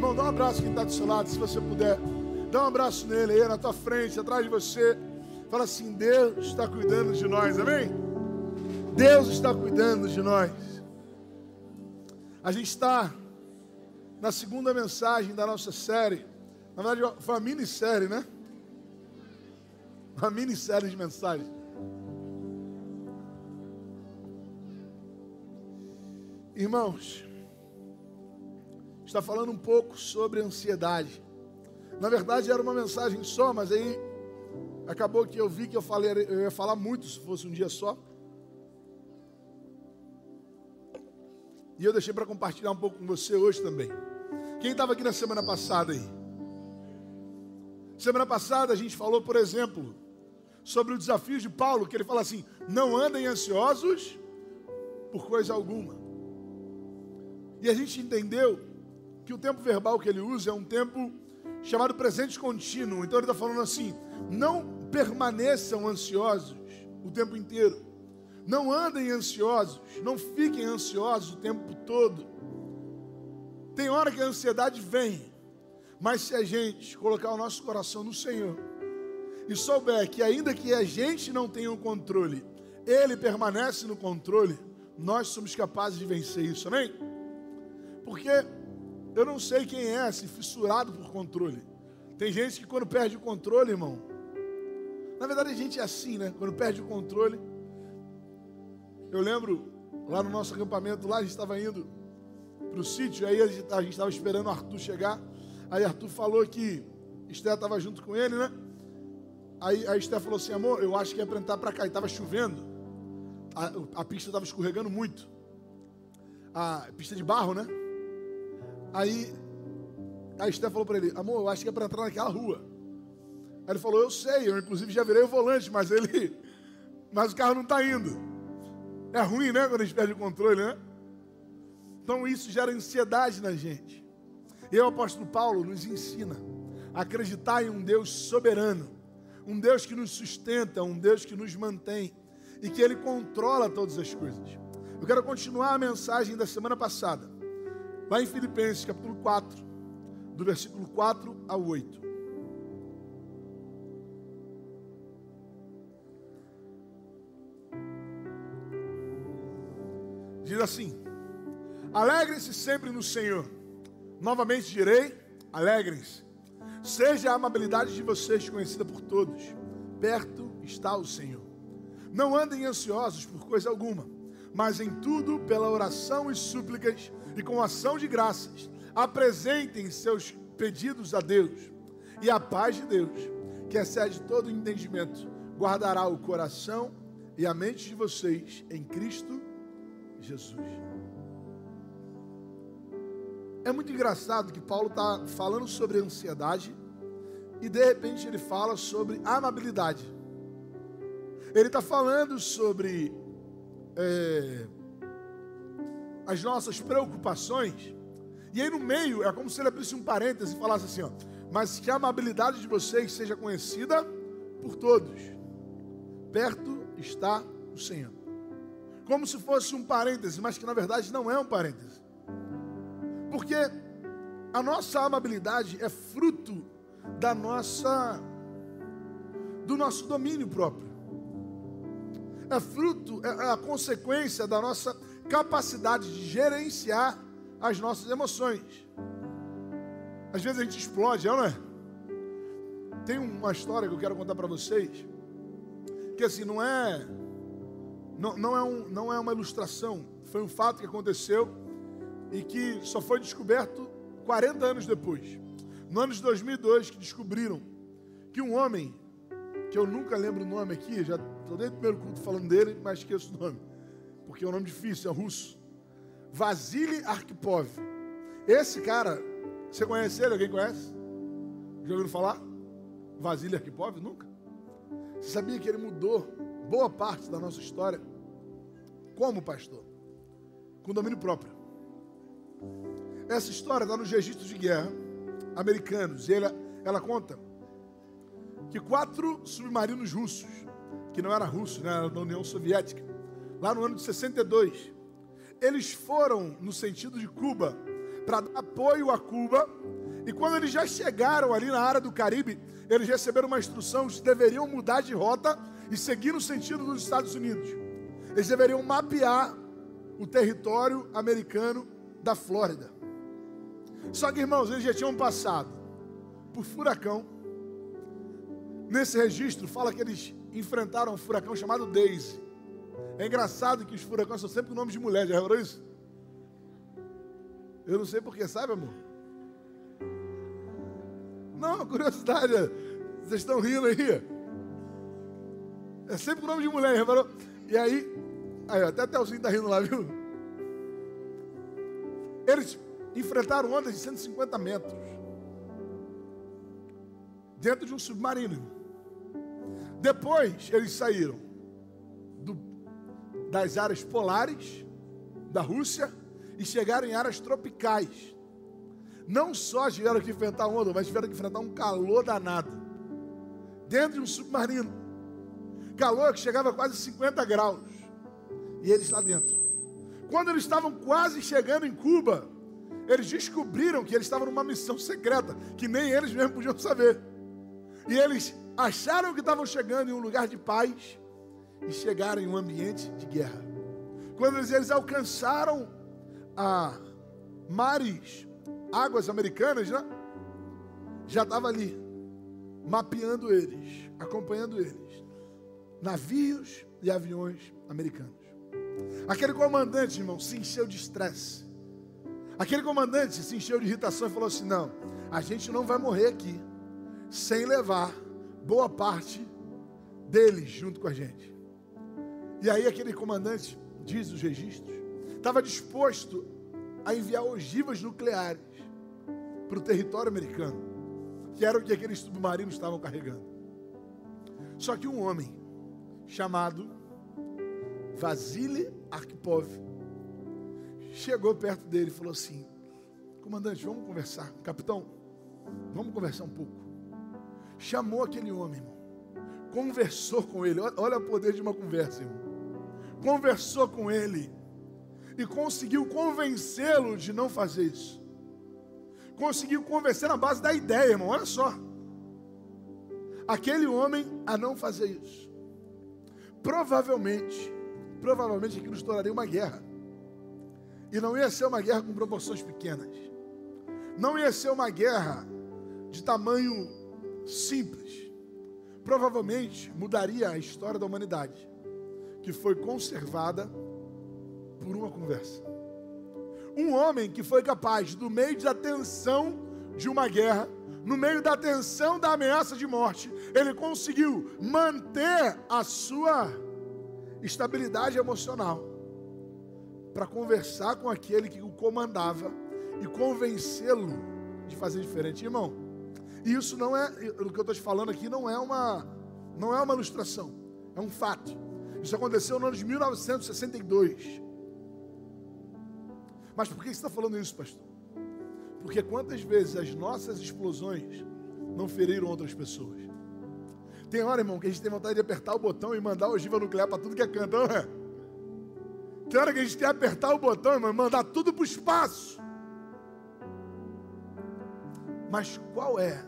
Irmão, dá um abraço quem está do seu lado, se você puder. Dá um abraço nele aí, na tua frente, atrás de você. Fala assim: Deus está cuidando de nós, amém? Deus está cuidando de nós. A gente está na segunda mensagem da nossa série. Na verdade, foi uma minissérie, né? Uma minissérie de mensagens. Irmãos, está falando um pouco sobre ansiedade. Na verdade era uma mensagem só, mas aí acabou que eu vi que eu ia falar muito se fosse um dia só. E eu deixei para compartilhar um pouco com você hoje também. Quem estava aqui na semana passada aí? Semana passada a gente falou, por exemplo, sobre o desafio de Paulo, que ele fala assim: não andem ansiosos por coisa alguma. E a gente entendeu que o tempo verbal que ele usa é um tempo chamado presente contínuo. Então ele está falando assim: não permaneçam ansiosos o tempo inteiro. Não andem ansiosos, não fiquem ansiosos o tempo todo. Tem hora que a ansiedade vem, mas se a gente colocar o nosso coração no Senhor e souber que ainda que a gente não tenha o controle, Ele permanece no controle, nós somos capazes de vencer isso, amém? Porque eu não sei quem é esse fissurado por controle. Tem gente que quando perde o controle, irmão, na verdade a gente é assim, né? Quando perde o controle. Eu lembro, lá no nosso acampamento, lá a gente estava indo para o sítio, aí a gente estava esperando o Arthur chegar. Aí Arthur falou que Esté estava junto com ele, né? Aí a Esté falou assim: amor, eu acho que é para entrar para cá. E estava chovendo, a pista estava escorregando muito, a pista de barro, né? Aí a Esté falou para ele: amor, eu acho que é para entrar naquela rua. Aí ele falou: eu sei, eu inclusive já virei o volante, mas o carro não está indo. É ruim, né, quando a gente perde o controle, né? Então isso gera ansiedade na gente. E o apóstolo Paulo nos ensina a acreditar em um Deus soberano, um Deus que nos sustenta, um Deus que nos mantém e que Ele controla todas as coisas. Eu quero continuar a mensagem da semana passada, lá em Filipenses capítulo 4, do versículo 4 ao 8. Diz assim: alegrem-se sempre no Senhor. Novamente direi, alegrem-se. Seja a amabilidade de vocês conhecida por todos. Perto está o Senhor. Não andem ansiosos por coisa alguma, mas em tudo, pela oração e súplicas e com ação de graças, apresentem seus pedidos a Deus. E a paz de Deus, que excede todo o entendimento, guardará o coração e a mente de vocês em Cristo Jesus. É muito engraçado que Paulo está falando sobre ansiedade e de repente ele fala sobre amabilidade. Ele está falando sobre as nossas preocupações, e aí no meio é como se ele abrisse um parêntese e falasse assim: ó, mas que a amabilidade de vocês seja conhecida por todos. Perto está o Senhor. Como se fosse um parêntese, mas que na verdade não é um parêntese. Porque a nossa amabilidade é fruto do nosso domínio próprio. É fruto, é a consequência da nossa capacidade de gerenciar as nossas emoções. Às vezes a gente explode, não é? Tem uma história que eu quero contar para vocês, que assim, não é uma ilustração, foi um fato que aconteceu e que só foi descoberto 40 anos depois. No ano de 2002, que descobriram que um homem, que eu nunca lembro o nome aqui, já estou desde o primeiro culto falando dele, mas esqueço o nome, porque é um nome difícil, é russo. Vasily Arkhipov. Esse cara, você conhece ele? Alguém conhece? Já ouviram falar? Vasily Arkhipov? Nunca? Você sabia que ele mudou boa parte da nossa história como pastor? Com domínio próprio. Essa história está nos registros de guerra americanos. E ela conta que 4 submarinos russos, que não era russo, né, era da União Soviética, lá no ano de 62, eles foram no sentido de Cuba, para dar apoio a Cuba, E quando eles já chegaram ali na área do Caribe, eles receberam uma instrução de que deveriam mudar de rota e seguir no sentido dos Estados Unidos. Eles deveriam mapear o território americano da Flórida. Só que, irmãos, eles já tinham passado por furacão. Nesse registro fala que eles enfrentaram um furacão chamado Daisy. É engraçado que os furacões são sempre com nome de mulher, já reparou isso? Eu não sei porquê, sabe, amor? Não, curiosidade. Vocês estão rindo aí? É sempre com nome de mulher, já reparou? E aí até o Telzinho está rindo lá, viu? Eles enfrentaram ondas de 150 metros dentro de um submarino. Depois eles saíram das áreas polares da Rússia e chegaram em áreas tropicais. Não só tiveram que enfrentar onda, mas tiveram que enfrentar um calor danado dentro de um submarino. Calor que chegava a quase 50 graus. E eles lá dentro. Quando eles estavam quase chegando em Cuba, eles descobriram que eles estavam numa missão secreta, que nem eles mesmos podiam saber. E eles acharam que estavam chegando em um lugar de paz e chegaram em um ambiente de guerra. Quando eles alcançaram águas americanas, né? Já estava ali, mapeando eles, acompanhando eles, navios e aviões americanos. Aquele comandante, irmão, se encheu de estresse. Aquele comandante se encheu de irritação e falou assim: não, a gente não vai morrer aqui sem levar boa parte deles junto com a gente. E aí aquele comandante, diz os registros, estava disposto a enviar ogivas nucleares para o território americano, que era o que aqueles submarinos estavam carregando. Só que um homem chamado Vasily Arkhipov chegou perto dele e falou assim: comandante, vamos conversar. Capitão, vamos conversar um pouco. Chamou aquele homem, irmão, conversou com ele. Olha o poder de uma conversa, irmão. Conversou com ele e conseguiu convencê-lo de não fazer isso. Conseguiu convencer na base da ideia, irmão. Olha só, aquele homem a não fazer isso. Provavelmente aquilo estouraria uma guerra. E não ia ser uma guerra com proporções pequenas. Não ia ser uma guerra de tamanho simples. Provavelmente mudaria a história da humanidade, que foi conservada por uma conversa. Um homem que foi capaz, no meio da tensão de uma guerra, no meio da tensão da ameaça de morte, ele conseguiu manter a sua estabilidade emocional para conversar com aquele que o comandava e convencê-lo de fazer diferente. Irmão, isso não é, o que eu estou te falando aqui não é uma ilustração, é um fato. Isso aconteceu no ano de 1962. Mas por que você está falando isso, pastor? Porque quantas vezes as nossas explosões não feriram outras pessoas? Tem hora, irmão, que a gente tem vontade de apertar o botão e mandar ogiva nuclear para tudo que é canto, não é? Tem hora que a gente quer apertar o botão, irmão, e mandar tudo para o espaço. Mas qual é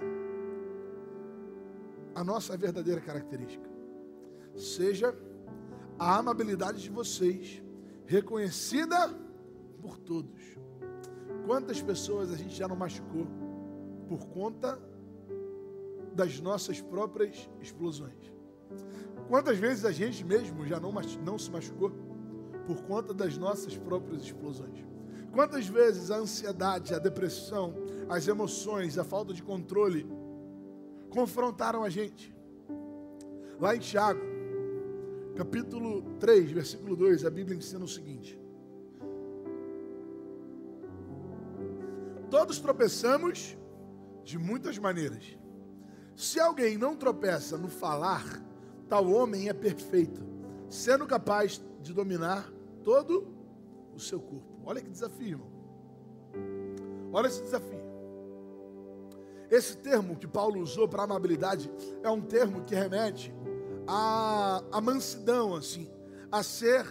a nossa verdadeira característica? Seja a amabilidade de vocês reconhecida por todos. Quantas pessoas a gente já não machucou por conta das nossas próprias explosões? Quantas vezes a gente mesmo já não se machucou por conta das nossas próprias explosões? Quantas vezes a ansiedade, a depressão, as emoções, a falta de controle confrontaram a gente? Lá em Tiago, capítulo 3, versículo 2, a Bíblia ensina o seguinte: todos tropeçamos de muitas maneiras. Se alguém não tropeça no falar, tal homem é perfeito, sendo capaz de dominar todo o seu corpo. Olha que desafio, irmão. Olha esse desafio. Esse termo que Paulo usou para amabilidade é um termo que remete à mansidão, assim,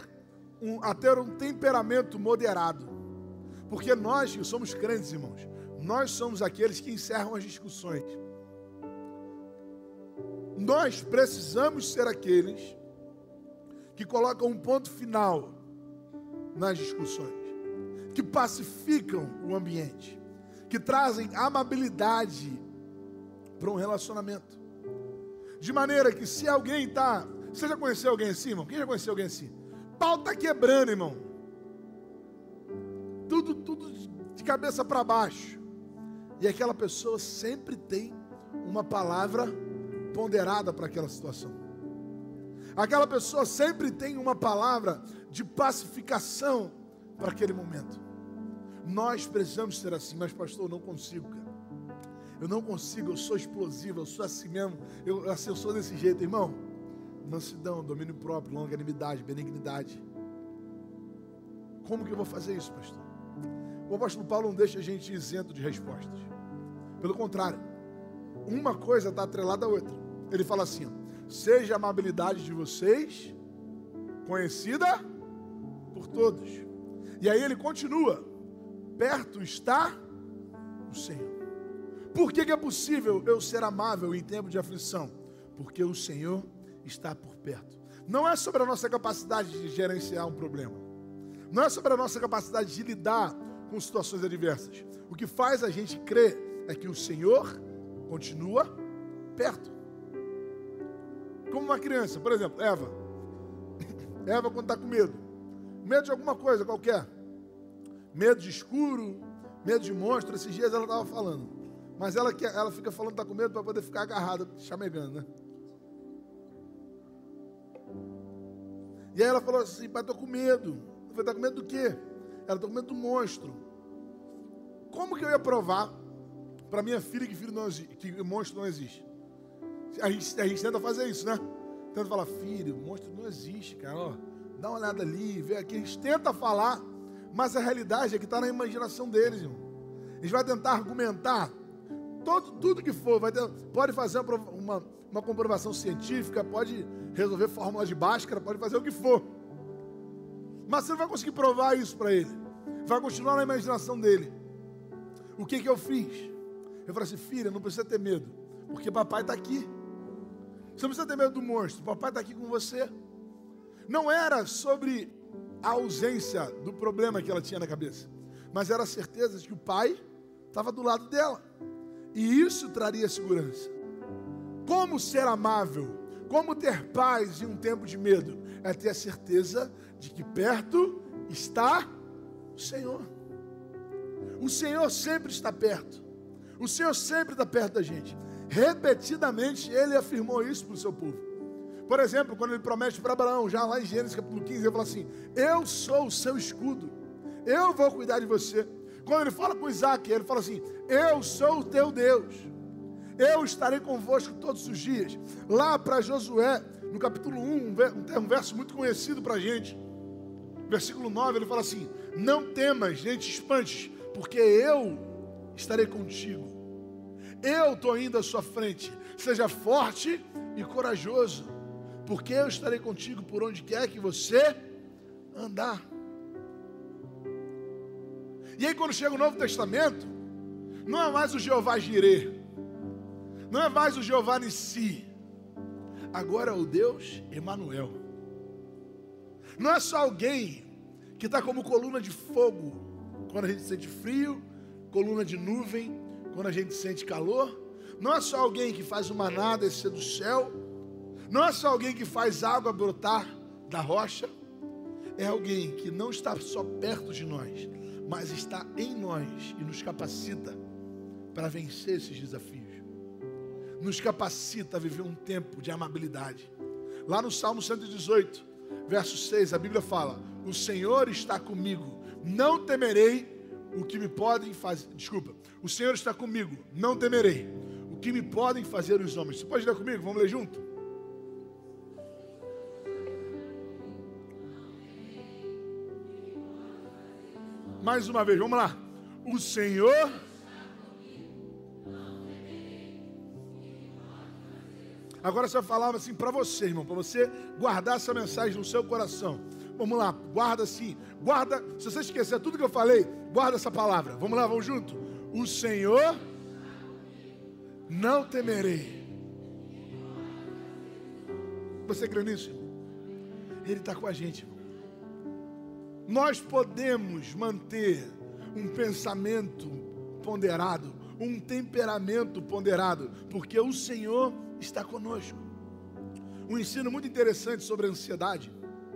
a ter um temperamento moderado. Porque nós que somos crentes, irmãos, nós somos aqueles que encerram as discussões. Nós precisamos ser aqueles que colocam um ponto final nas discussões, que pacificam o ambiente, que trazem amabilidade para um relacionamento. De maneira que se alguém está... Você já conheceu alguém assim, irmão? Quem já conheceu alguém assim? Pau está quebrando, irmão. Tudo de cabeça para baixo. E aquela pessoa sempre tem uma palavra ponderada para aquela situação. Aquela pessoa sempre tem uma palavra de pacificação para aquele momento. Nós precisamos ser assim, mas pastor, eu não consigo, cara. Eu não consigo, eu sou explosivo, eu sou assim mesmo, eu sou desse jeito, irmão. Mansidão, domínio próprio, longanimidade, benignidade. Como que eu vou fazer isso, pastor? O apóstolo Paulo não deixa a gente isento de respostas. Pelo contrário, uma coisa está atrelada à outra. Ele fala assim, ó, seja a amabilidade de vocês conhecida por todos. E aí ele continua, perto está o Senhor. Por que é possível eu ser amável em tempo de aflição? Porque o Senhor está por perto. Não é sobre a nossa capacidade de gerenciar um problema. Não é sobre a nossa capacidade de lidar com situações adversas. O que faz a gente crer é que o Senhor continua perto. Como uma criança, por exemplo, Eva. Eva quando está com medo. Medo de alguma coisa qualquer. Medo de escuro, medo de monstro. Esses dias ela estava falando. Mas ela fica falando que está com medo para poder ficar agarrada, chamegando, né? E aí ela falou assim, pai, estou com medo. Eu falei, está com medo do quê? Ela, estou com medo do monstro. Como que eu ia provar para minha filha que monstro não existe? A gente tenta fazer isso, né? Tenta falar, filho, monstro não existe, cara. Ó, dá uma olhada ali, vê aqui. A gente tenta falar, mas a realidade é que está na imaginação deles, irmão. A gente vai tentar argumentar tudo que for. Pode fazer uma comprovação científica, pode resolver fórmula de Bhaskara, pode fazer o que for. Mas você não vai conseguir provar isso para ele. Vai continuar na imaginação dele. O que eu fiz? Eu falei assim, filha, não precisa ter medo, porque papai está aqui. Você não precisa ter medo do monstro, papai está aqui com você. Não era sobre a ausência do problema que ela tinha na cabeça, mas era a certeza de que o pai estava do lado dela. E isso traria segurança. Como ser amável, como ter paz em um tempo de medo? É ter a certeza de que perto está o Senhor. O Senhor sempre está perto. O Senhor sempre está perto da gente. Repetidamente Ele afirmou isso para o seu povo. Por exemplo, quando Ele promete para Abraão, já lá em Gênesis capítulo 15, Ele fala assim, eu sou o seu escudo, eu vou cuidar de você. Quando Ele fala com Isaac, Ele fala assim, eu sou o teu Deus, eu estarei convosco todos os dias. Lá para Josué, no capítulo 1, um verso muito conhecido para a gente, versículo 9, ele fala assim, não temas, nem te espantes, porque eu estarei contigo. Eu estou indo à sua frente. Seja forte e corajoso, porque eu estarei contigo por onde quer que você andar. E aí quando chega o Novo Testamento, não é mais o Jeová Jireh, não é mais o Jeová Nissi, agora é o Deus Emanuel. Não é só alguém que está como coluna de fogo quando a gente sente frio, coluna de nuvem quando a gente sente calor. Não é só alguém que faz o maná descer do céu. Não é só alguém que faz água brotar da rocha. É alguém que não está só perto de nós, mas está em nós e nos capacita para vencer esses desafios. Nos capacita a viver um tempo de amabilidade. Lá no Salmo 118, verso 6, a Bíblia fala, o Senhor está comigo, não temerei o que me podem fazer. Desculpa, o Senhor está comigo, não temerei o que me podem fazer os homens. Você pode ler comigo? Vamos ler junto? Mais uma vez, vamos lá. O Senhor... Agora você falava assim para você, irmão, para você guardar essa mensagem no seu coração. Vamos lá, guarda assim, guarda, se você esquecer tudo que eu falei, guarda essa palavra. Vamos lá, vamos junto. o Senhor não temerei. Você crê nisso? Ele está com a gente, irmão. Nós podemos manter um pensamento ponderado, um temperamento ponderado, porque o Senhor está conosco. Um ensino muito interessante sobre a ansiedade.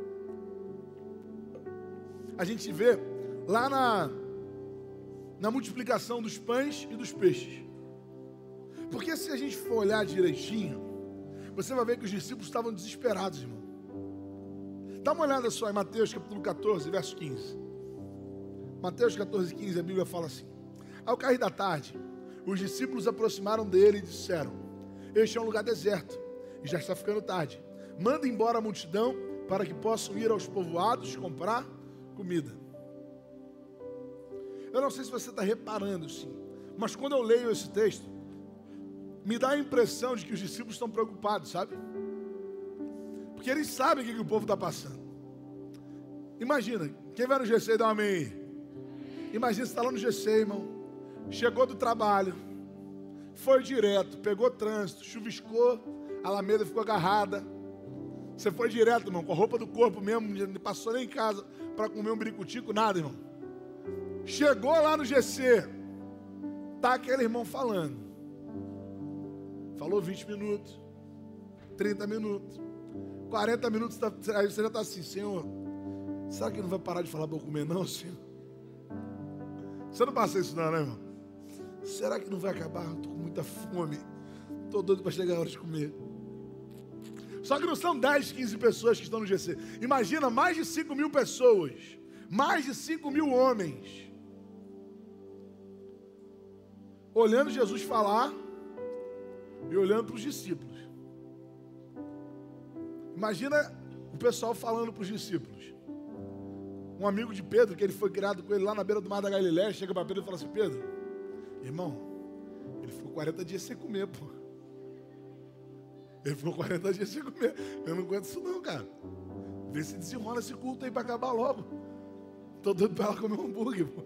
A gente vê lá na multiplicação dos pães e dos peixes. Porque se a gente for olhar direitinho, você vai ver que os discípulos estavam desesperados, irmão. Dá uma olhada só em Mateus capítulo 14, verso 15. Mateus 14, 15, a Bíblia fala assim: ao cair da tarde, os discípulos aproximaram dele e disseram: este é um lugar deserto, e já está ficando tarde. Manda embora a multidão, para que possam ir aos povoados comprar comida. Eu não sei se você está reparando, sim, mas quando eu leio esse texto, me dá a impressão de que os discípulos estão preocupados, sabe? Porque eles sabem o que o povo está passando. Imagina, quem vai no GC dá um amém aí. Imagina, você está lá no GC, irmão. Chegou do trabalho, foi direto, pegou trânsito, chuviscou, a Alameda ficou agarrada. Você foi direto, irmão, com a roupa do corpo mesmo, não passou nem em casa para comer um biricutico, nada, irmão. Chegou lá no GC, tá aquele irmão falando. Falou 20 minutos, 30 minutos, 40 minutos, aí você já está assim: Senhor, será que não vai parar de falar para eu comer não, Senhor? Você não passa isso não, né, irmão? Será que não vai acabar? Estou com muita fome, estou doido para chegar a hora de comer. Só que não são 10, 15 pessoas que estão no GC. Imagina, mais de 5 mil pessoas, mais de 5 mil homens, olhando Jesus falar e olhando para os discípulos. Imagina o pessoal falando para os discípulos. Um amigo de Pedro, que ele foi criado com ele lá na beira do mar da Galileia, chega para Pedro e fala assim: Pedro, irmão, ele ficou 40 dias sem comer, pô. Ele ficou 40 dias sem comer. Eu não aguento isso não, cara. Vê se desenrola esse culto aí para acabar logo. Estou doido para ela comer um hambúrguer, pô.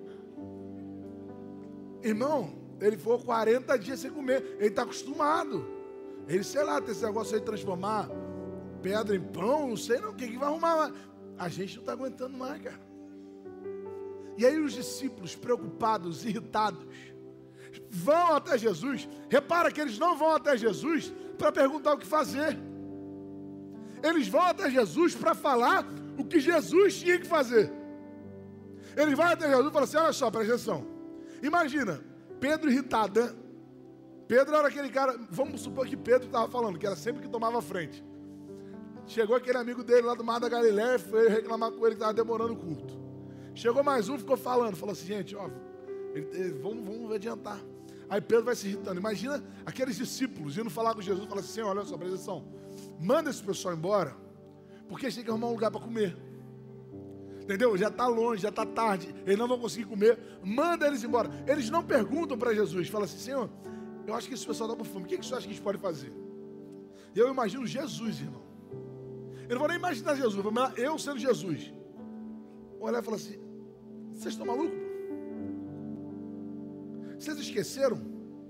Irmão, ele ficou 40 dias sem comer. Ele está acostumado. Ele, sei lá, tem esse negócio aí de transformar pedra em pão, não sei não, o que vai arrumar lá. A gente não está aguentando mais, cara. E aí os discípulos, preocupados, irritados, vão até Jesus. Repara que eles não vão até Jesus para perguntar o que fazer. Eles vão até Jesus para falar o que Jesus tinha que fazer. Eles vão até Jesus e falam assim: olha só, presta atenção. Imagina, Pedro irritado, né? Pedro era aquele cara, vamos supor que Pedro estava falando, que era sempre que tomava a frente. Chegou aquele amigo dele lá do Mar da Galileia, foi reclamar com ele que estava demorando o culto. Chegou mais um, ficou falando, falou assim: gente, ó, vamos adiantar. Aí Pedro vai se irritando. Imagina aqueles discípulos indo falar com Jesus, falando assim: olha só, presta atenção, manda esse pessoal embora, porque eles têm que arrumar um lugar para comer. Entendeu? Já está longe, já está tarde, eles não vão conseguir comer, manda eles embora. Eles não perguntam para Jesus, falam assim: Senhor, eu acho que esse pessoal está com fome, o que você acha que a gente pode fazer? E eu imagino Jesus, irmão. Eu não vou nem imaginar Jesus, vou imaginar eu sendo Jesus. Olha e fala assim: vocês estão malucos? Vocês esqueceram?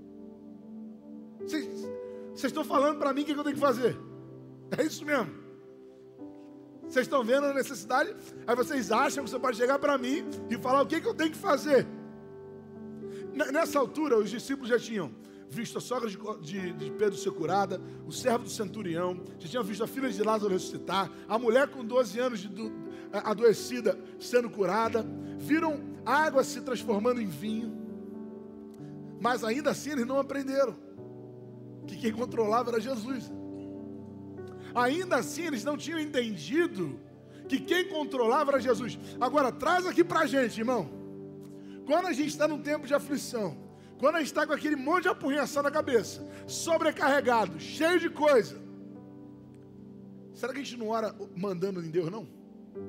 Vocês estão falando para mim o que eu tenho que fazer? É isso mesmo. Vocês estão vendo a necessidade? Aí vocês acham que você pode chegar para mim e falar o que eu tenho que fazer? Nessa altura, os discípulos já tinham visto a sogra de Pedro ser curada, o servo do centurião, já tinham visto a filha de Lázaro ressuscitar, a mulher com 12 anos adoecida sendo curada, viram água se transformando em vinho, mas ainda assim eles não aprenderam que quem controlava era Jesus. Ainda assim eles não tinham entendido que quem controlava era Jesus. Agora, traz aqui pra gente, irmão, quando a gente está num tempo de aflição, quando a gente está com aquele monte de apurrinhação na cabeça, sobrecarregado, cheio de coisa, será que a gente não ora mandando em Deus, não?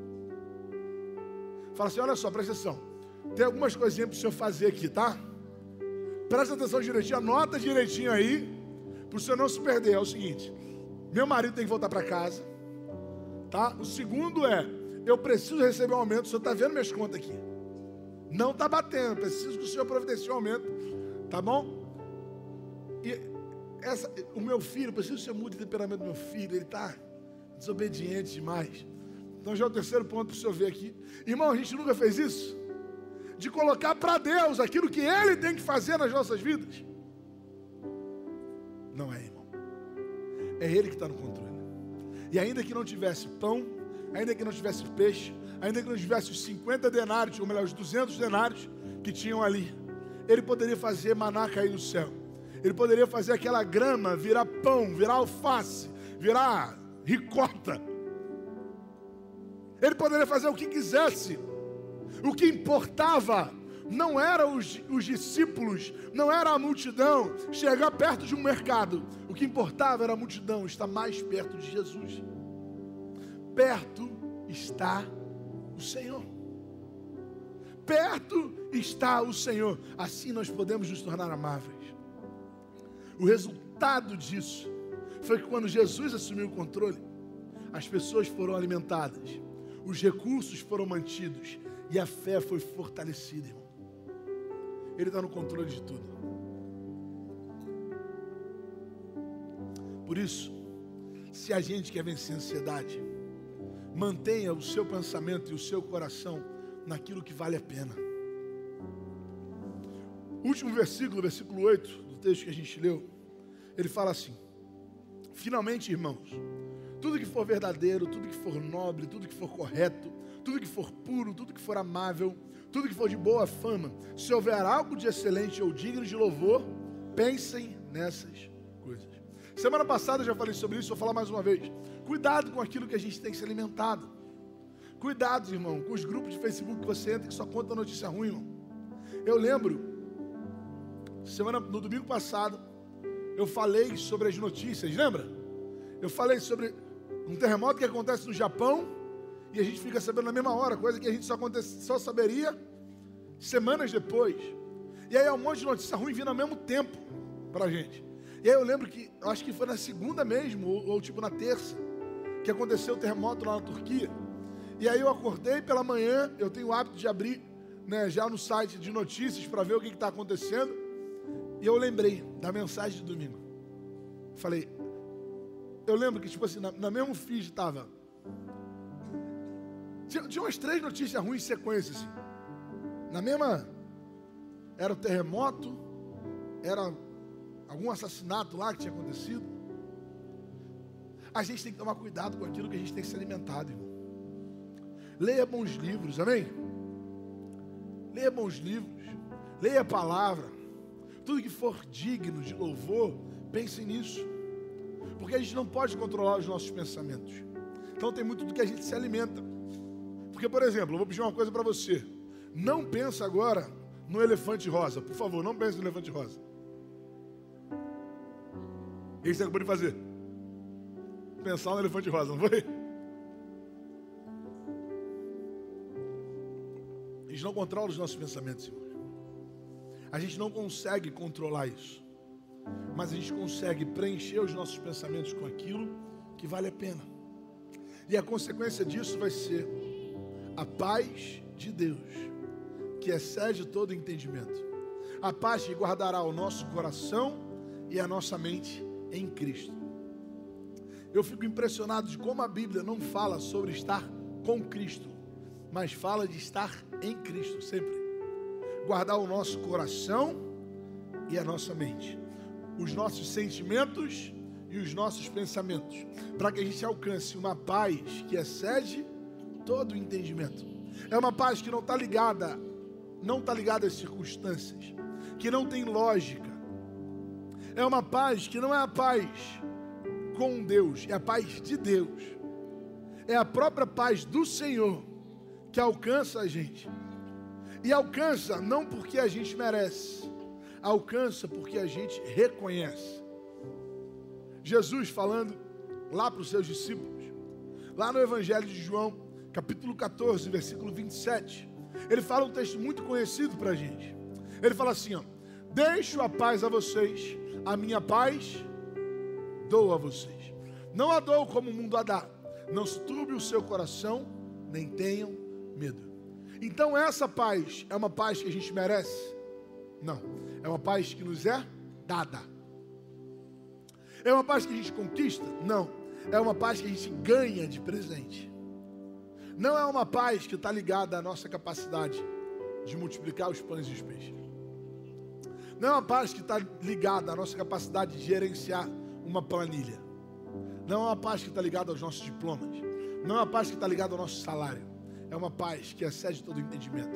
Fala assim: olha só, presta atenção, tem algumas coisinhas para o senhor fazer aqui, tá? Presta atenção direitinho, anota direitinho aí, para o senhor não se perder. É o seguinte: meu marido tem que voltar para casa, tá? O segundo é, eu preciso receber um aumento, o senhor está vendo minhas contas aqui, não está batendo, preciso que o senhor providencie um aumento Tá bom? E o meu filho, preciso ser muito de temperamento do meu filho, ele está desobediente demais. Então já é o terceiro ponto para o senhor ver aqui. Irmão, a gente nunca fez isso? De colocar para Deus aquilo que Ele tem que fazer nas nossas vidas? Não é, irmão. É Ele que está no controle. E ainda que não tivesse pão, ainda que não tivesse peixe, ainda que não tivesse os 50 denários, ou melhor, os 200 denários que tinham ali, Ele poderia fazer maná cair do céu. Ele poderia fazer aquela grama virar pão, virar alface, virar ricota. Ele poderia fazer o que quisesse. O que importava não eram os discípulos, não era a multidão chegar perto de um mercado. O que importava era a multidão estar mais perto de Jesus. Perto está o Senhor. Perto está o Senhor. Assim nós podemos nos tornar amáveis. O resultado disso foi que quando Jesus assumiu o controle, as pessoas foram alimentadas, os recursos foram mantidos e a fé foi fortalecida, irmão. Ele está no controle de tudo. Por isso, se a gente quer vencer a ansiedade, mantenha o seu pensamento e o seu coração naquilo que vale a pena. Último versículo, versículo 8 do texto que a gente leu, ele fala assim: finalmente, irmãos, tudo que for verdadeiro, tudo que for nobre, tudo que for correto, tudo que for puro, tudo que for amável, tudo que for de boa fama, se houver algo de excelente ou digno de louvor, pensem nessas coisas. Semana passada eu já falei sobre isso, vou falar mais uma vez. Cuidado com aquilo que a gente tem se alimentado. Cuidado, irmão, com os grupos de Facebook que você entra que só conta notícia ruim, irmão. Eu lembro, no domingo passado, eu falei sobre as notícias, lembra? Eu falei sobre um terremoto que acontece no Japão e a gente fica sabendo na mesma hora, coisa que a gente só saberia semanas depois. E aí é um monte de notícia ruim vindo ao mesmo tempo pra gente. E aí eu lembro que, eu acho que foi na segunda mesmo, ou tipo na terça, que aconteceu o terremoto lá na Turquia. E aí eu acordei pela manhã, eu tenho o hábito de abrir, né, já no site de notícias para ver o que está acontecendo. E eu lembrei da mensagem de domingo. Falei, eu lembro que tipo assim, na mesmo feed estava, tinha umas 3 notícias ruins em sequência assim. Na mesma, era o terremoto, era algum assassinato lá que tinha acontecido. A gente tem que tomar cuidado com aquilo que a gente tem que se alimentado, irmão. Leia bons livros, amém? Leia bons livros, leia a palavra. Tudo que for digno de louvor, pense nisso. Porque a gente não pode controlar os nossos pensamentos. Então tem muito do que a gente se alimenta. Porque, por exemplo, eu vou pedir uma coisa para você. Não pense agora no elefante rosa. Por favor, não pense no elefante rosa. O que você acabou de fazer? Pensar no elefante rosa, não foi? A gente não controla os nossos pensamentos, irmão. A gente não consegue controlar isso. Mas a gente consegue preencher os nossos pensamentos com aquilo que vale a pena. E a consequência disso vai ser a paz de Deus, que excede todo entendimento. A paz que guardará o nosso coração e a nossa mente em Cristo. Eu fico impressionado de como a Bíblia não fala sobre estar com Cristo, mas fala de estar em Cristo sempre. Guardar o nosso coração e a nossa mente, os nossos sentimentos e os nossos pensamentos, para que a gente alcance uma paz que excede todo o entendimento. É uma paz que não está ligada às circunstâncias, que não tem lógica. É uma paz que não é a paz com Deus, é a paz de Deus. É a própria paz do Senhor que alcança a gente. E alcança não porque a gente merece, alcança porque a gente reconhece. Jesus falando lá para os seus discípulos, lá no Evangelho de João, capítulo 14, versículo 27, ele fala um texto muito conhecido para a gente. Ele fala assim, ó: deixo a paz a vocês, a minha paz dou a vocês. Não a dou como o mundo a dá. Não se turbe o seu coração, nem tenham medo. Então essa paz é uma paz que a gente merece? Não. É uma paz que nos é dada. É uma paz que a gente conquista? Não. É uma paz que a gente ganha de presente. Não é uma paz que está ligada à nossa capacidade de multiplicar os pães e os peixes. Não é uma paz que está ligada à nossa capacidade de gerenciar uma planilha. Não é uma paz que está ligada aos nossos diplomas. Não é uma paz que está ligada ao nosso salário. É uma paz que excede todo o entendimento.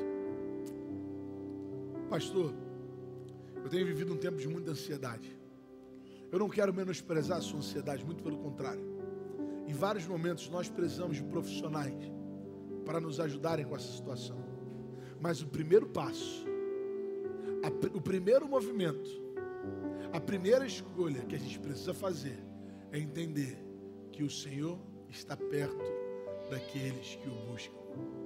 Pastor, eu tenho vivido um tempo de muita ansiedade. Eu não quero menosprezar a sua ansiedade, muito pelo contrário. Em vários momentos nós precisamos de profissionais para nos ajudarem com essa situação. Mas o primeiro passo, o primeiro movimento, a primeira escolha que a gente precisa fazer é entender que o Senhor está perto daqueles que o buscam.